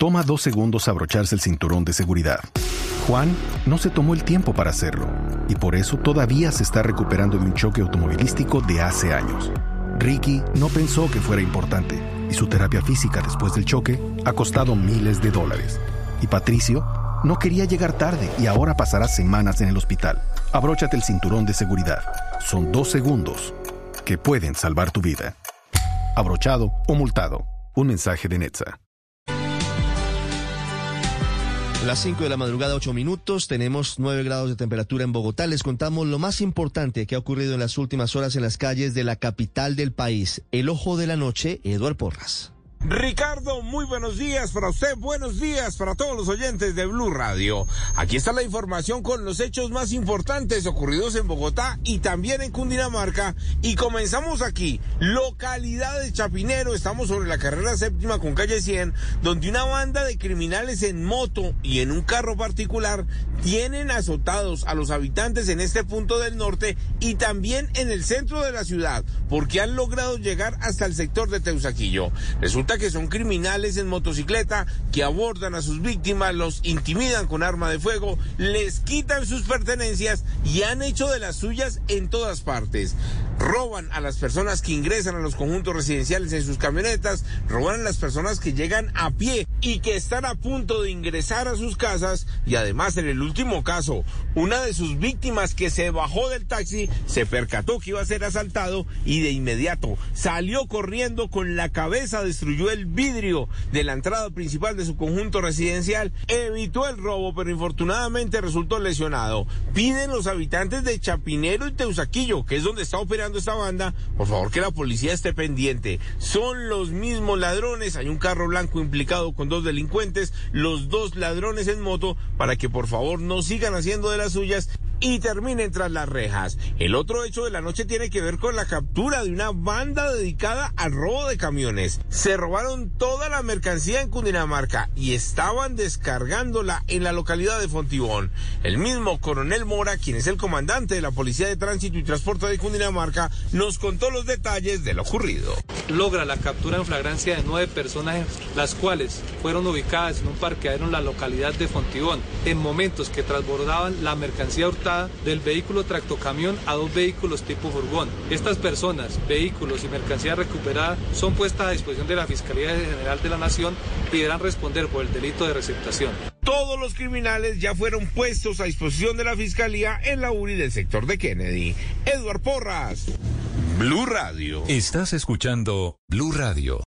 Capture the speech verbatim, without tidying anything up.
Toma dos segundos abrocharse el cinturón de seguridad. Juan no se tomó el tiempo para hacerlo y por eso todavía se está recuperando de un choque automovilístico de hace años. Ricky no pensó que fuera importante y su terapia física después del choque ha costado miles de dólares. Y Patricio no quería llegar tarde y ahora pasará semanas en el hospital. Abróchate el cinturón de seguridad. Son dos segundos que pueden salvar tu vida. Abrochado o multado. Un mensaje de Netza. Las cinco de la madrugada, ocho minutos, tenemos nueve grados de temperatura en Bogotá. Les contamos lo más importante que ha ocurrido en las últimas horas en las calles de la capital del país. El ojo de la noche, Eduard Porras. Ricardo, muy buenos días para usted, buenos días para todos los oyentes de Blue Radio. Aquí está la información con los hechos más importantes ocurridos en Bogotá y también en Cundinamarca. Y comenzamos aquí, localidad de Chapinero, estamos sobre la carrera séptima con calle cien, donde una banda de criminales en moto y en un carro particular tienen azotados a los habitantes en este punto del norte y también en el centro de la ciudad, porque han logrado llegar hasta el sector de Teusaquillo. Resulta que son criminales en motocicleta que abordan a sus víctimas, los intimidan con arma de fuego, les quitan sus pertenencias y han hecho de las suyas en todas partes. Roban a las personas que ingresan a los conjuntos residenciales en sus camionetas, roban a las personas que llegan a pie y que están a punto de ingresar a sus casas y además en el último caso, una de sus víctimas que se bajó del taxi se percató que iba a ser asaltado y de inmediato salió corriendo con la cabeza, destruyó el vidrio de la entrada principal de su conjunto residencial, evitó el robo, pero infortunadamente resultó lesionado. Piden los habitantes de Chapinero y Teusaquillo, que es donde está operando esta banda, por favor que la policía esté pendiente. Son los mismos ladrones, hay un carro blanco implicado con dos delincuentes, los dos ladrones en moto, para que por favor no sigan haciendo de las suyas y terminen tras las rejas. El otro hecho de la noche tiene que ver con la captura de una banda dedicada al robo de camiones. Se robaron toda la mercancía en Cundinamarca y estaban descargándola en la localidad de Fontibón. El mismo coronel Mora, quien es el comandante de la Policía de Tránsito y Transporte de Cundinamarca, nos contó los detalles de lo ocurrido. Logra la captura en flagrancia de nueve personas, las cuales fueron ubicadas en un parqueadero en la localidad de Fontibón, en momentos que transbordaban la mercancía hurtada del vehículo tractocamión a dos vehículos tipo furgón. Estas personas, vehículos y mercancía recuperada son puestas a disposición de la Fiscalía General de la Nación y deberán responder por el delito de receptación. Todos los criminales ya fueron puestos a disposición de la Fiscalía en la U R I del sector de Kennedy. Eduard Porras, Blue Radio. Estás escuchando Blue Radio.